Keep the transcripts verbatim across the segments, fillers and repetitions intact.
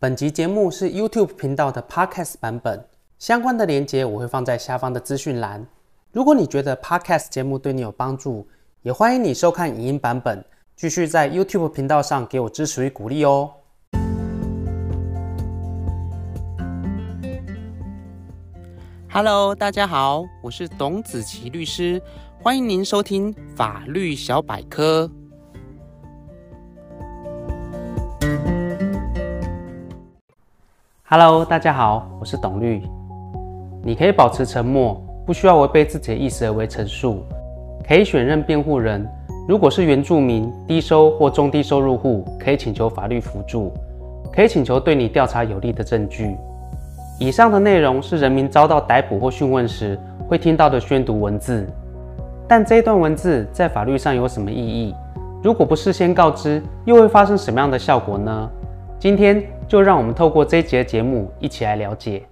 本集节目是 YouTube 频道的 Podcast 版本，相关的连结我会放在下方的资讯栏。如果你觉得 Podcast 节目对你有帮助，也欢迎你收看影音版本，继续在 YouTube 频道上给我支持与鼓励哦。Hello， 大家好，我是董子琪律师，欢迎您收听法律小百科。Hello， 大家好，我是董律。你可以保持沉默，不需要违背自己的意思而为陈述，可以选任辩护人。如果是原住民、低收或中低收入户，可以请求法律辅助，可以请求对你调查有利的证据。以上的内容是人民遭到逮捕或讯问时会听到的宣读文字，但这一段文字在法律上有什么意义？如果不事先告知，又会发生什么样的效果呢？今天就让我们透过这一集的节目一起来了解。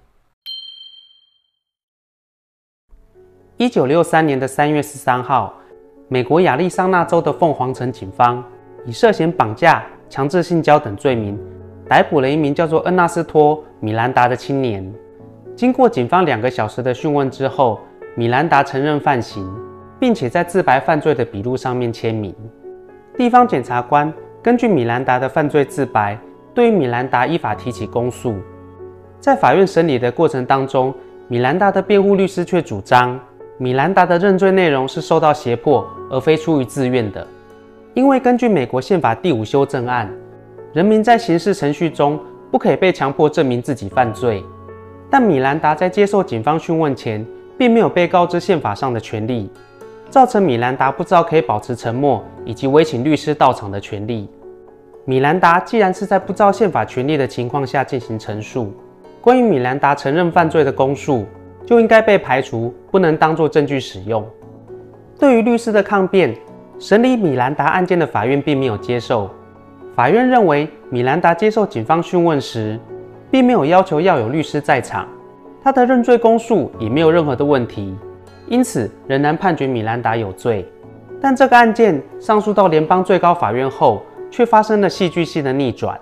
一九六三年的三月十三号，美国亚利桑那州的凤凰城警方以涉嫌绑架、强制性交等罪名逮捕了一名叫做恩纳斯托·米兰达的青年。经过警方两个小时的讯问之后，米兰达承认犯行，并且在自白犯罪的笔录上面签名。地方检察官根据米兰达的犯罪自白，对于米兰达依法提起公诉。在法院审理的过程当中，米兰达的辩护律师却主张，米兰达的认罪内容是受到胁迫，而非出于自愿的。因为根据美国宪法第五修正案，人民在刑事程序中不可以被强迫证明自己犯罪，但米兰达在接受警方讯问前，并没有被告知宪法上的权利，造成米兰达不知道可以保持沉默以及委请律师到场的权利。米兰达既然是在不知道宪法权利的情况下进行陈述，关于米兰达承认犯罪的公诉就应该被排除，不能当作证据使用。对于律师的抗辩，审理米兰达案件的法院并没有接受。法院认为，米兰达接受警方讯问时，并没有要求要有律师在场，他的认罪公诉也没有任何的问题，因此仍然判决米兰达有罪。但这个案件上诉到联邦最高法院后，却发生了戏剧性的逆转。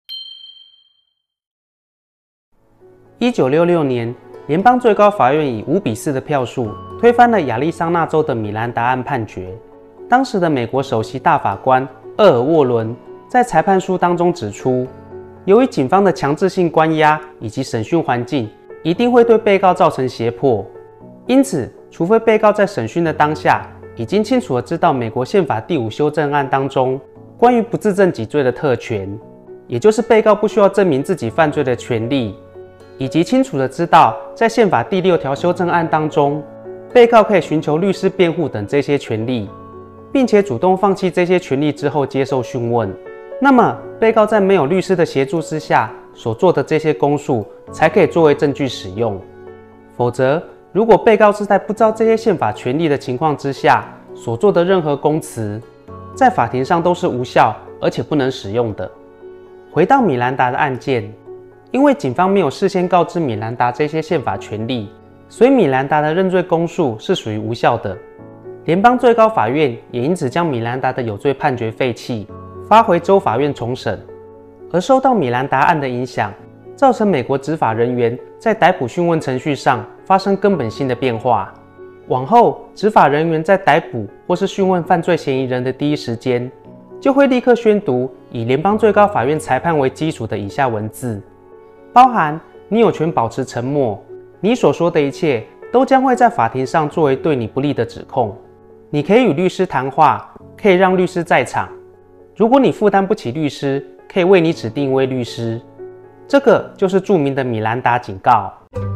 一九六六年，联邦最高法院以五比四的票数推翻了亚利桑那州的米兰达案判决。当时的美国首席大法官厄尔沃伦在裁判书当中指出，由于警方的强制性关押以及审讯环境一定会对被告造成胁迫，因此除非被告在审讯的当下已经清楚地知道美国宪法第五修正案当中关于不自证己罪的特权，也就是被告不需要证明自己犯罪的权利，以及清楚地知道在宪法第六条修正案当中被告可以寻求律师辩护等这些权利，并且主动放弃这些权利之后接受讯问，那么被告在没有律师的协助之下所做的这些供述才可以作为证据使用。否则，如果被告是在不知道这些宪法权利的情况之下所做的任何供词，在法庭上都是无效而且不能使用的。回到米兰达的案件，因为警方没有事先告知米兰达这些宪法权利，所以米兰达的认罪公诉是属于无效的。联邦最高法院也因此将米兰达的有罪判决废弃，发回州法院重审。而受到米兰达案的影响，造成美国执法人员在逮捕讯问程序上发生根本性的变化。往后，执法人员在逮捕或是讯问犯罪嫌疑人的第一时间，就会立刻宣读以联邦最高法院裁判为基础的以下文字，包含你有权保持沉默，你所说的一切都将会在法庭上作为对你不利的指控。你可以与律师谈话，可以让律师在场。如果你负担不起律师，可以为你指定一位律师。这个就是著名的米兰达警告。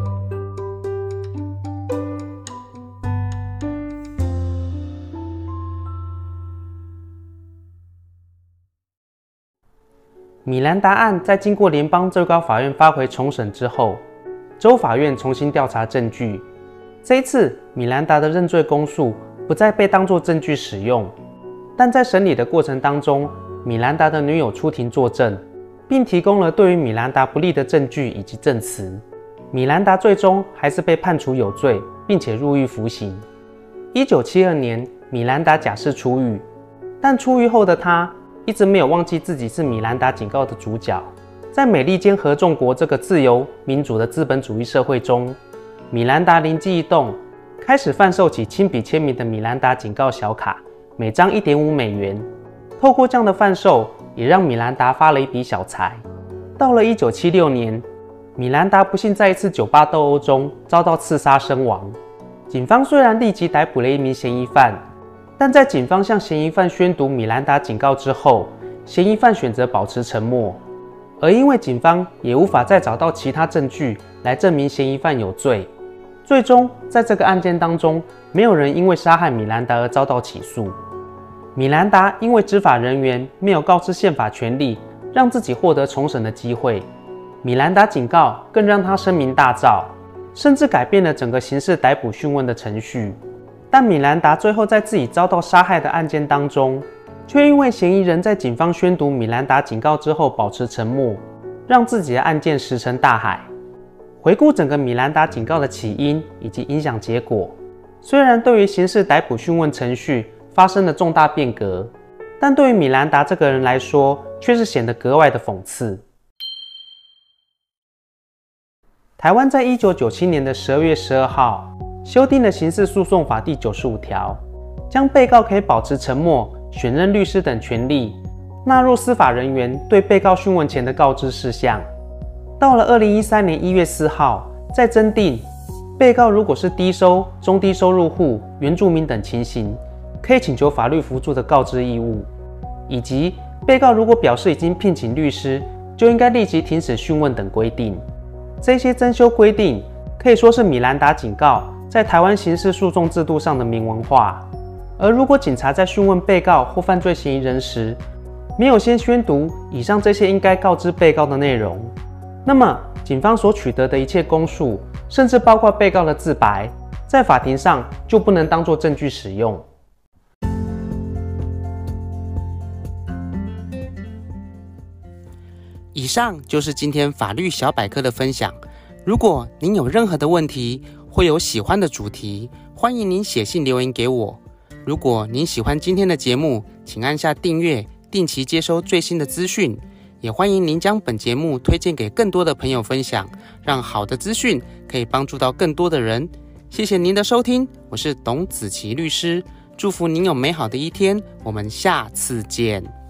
米兰达案在经过联邦最高法院发回重审之后，州法院重新调查证据。这一次，米兰达的认罪公诉不再被当作证据使用，但在审理的过程当中，米兰达的女友出庭作证，并提供了对于米兰达不利的证据以及证词。米兰达最终还是被判处有罪，并且入狱服刑。一九七二年，米兰达假释出狱，但出狱后的他一直没有忘记自己是米兰达警告的主角。 在美利坚合众国这个自由民主的资本主义社会中，米兰达灵机一动，开始贩售起亲笔签名的米兰达警告小卡，每张 一点五美元。透过这样的贩售，也让米兰达发了一笔小财。到了一九七六年，米兰达不幸在一次酒吧斗殴中遭到刺杀身亡。警方虽然立即逮捕了一名嫌疑犯，但在警方向嫌疑犯宣读米兰达警告之后，嫌疑犯选择保持沉默。而因为警方也无法再找到其他证据来证明嫌疑犯有罪，最终在这个案件当中，没有人因为杀害米兰达而遭到起诉。米兰达因为执法人员没有告知宪法权利，让自己获得重审的机会。米兰达警告更让他声名大噪，甚至改变了整个刑事逮捕讯问的程序。但米兰达最后在自己遭到杀害的案件当中，却因为嫌疑人在警方宣读米兰达警告之后保持沉默，让自己的案件石沉大海。回顾整个米兰达警告的起因以及影响结果，虽然对于刑事逮捕讯问程序发生了重大变革，但对于米兰达这个人来说，却是显得格外的讽刺。台湾在一九九七年的十二月十二号修订了刑事诉讼法第九十五条，将被告可以保持沉默、选任律师等权利纳入司法人员对被告讯问前的告知事项。到了二零一三年一月四号，再增订被告如果是低收、中低收入户、原住民等情形，可以请求法律扶助的告知义务，以及被告如果表示已经聘请律师，就应该立即停止讯问等规定。这些增修规定可以说是米兰达警告在台湾刑事诉讼制度上的明文化。而如果警察在讯问被告或犯罪嫌疑人时，没有先宣读以上这些应该告知被告的内容，那么警方所取得的一切供述，甚至包括被告的自白，在法庭上就不能当作证据使用。 以上就是今天法律小百科的分享。如果您有任何的问题，或有喜欢的主题，欢迎您写信留言给我。如果您喜欢今天的节目，请按下订阅，定期接收最新的资讯。也欢迎您将本节目推荐给更多的朋友分享，让好的资讯可以帮助到更多的人。谢谢您的收听，我是董子琪律师，祝福您有美好的一天，我们下次见。